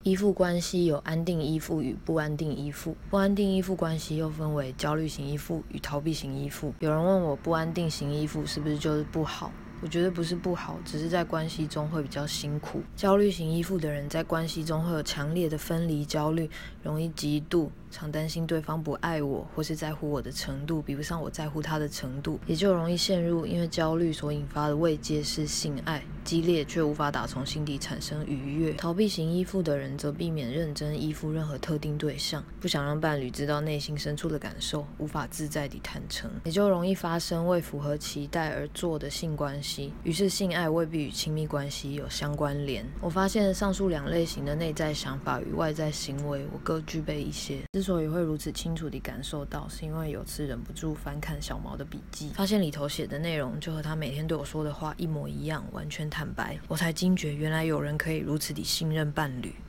依附关系有安定依附与不安定依附，不安定依附关系又分为焦虑型依附与逃避型依附。有人问我不安定型依附是不是就是不好？我觉得不是不好，只是在关系中会比较辛苦。焦虑型依附的人在关系中会有强烈的分离焦虑，容易嫉妒，常担心对方不爱我，或是在乎我的程度比不上我在乎他的程度，也就容易陷入因为焦虑所引发的慰藉式性爱，激烈却无法打从心底产生愉悦。逃避型依附的人则避免认真依附任何特定对象，不想让伴侣知道内心深处的感受，无法自在地坦诚，也就容易发生为符合期待而做的性关系，于是性爱未必与亲密关系有相关联。我发现上述两类型的内在想法与外在行为，我各具备一些。之所以会如此清楚地感受到，是因为有次忍不住翻看小毛的笔记，发现里头写的内容就和他每天对我说的话一模一样，完全坦白，我才惊觉原来有人可以如此地信任伴侣。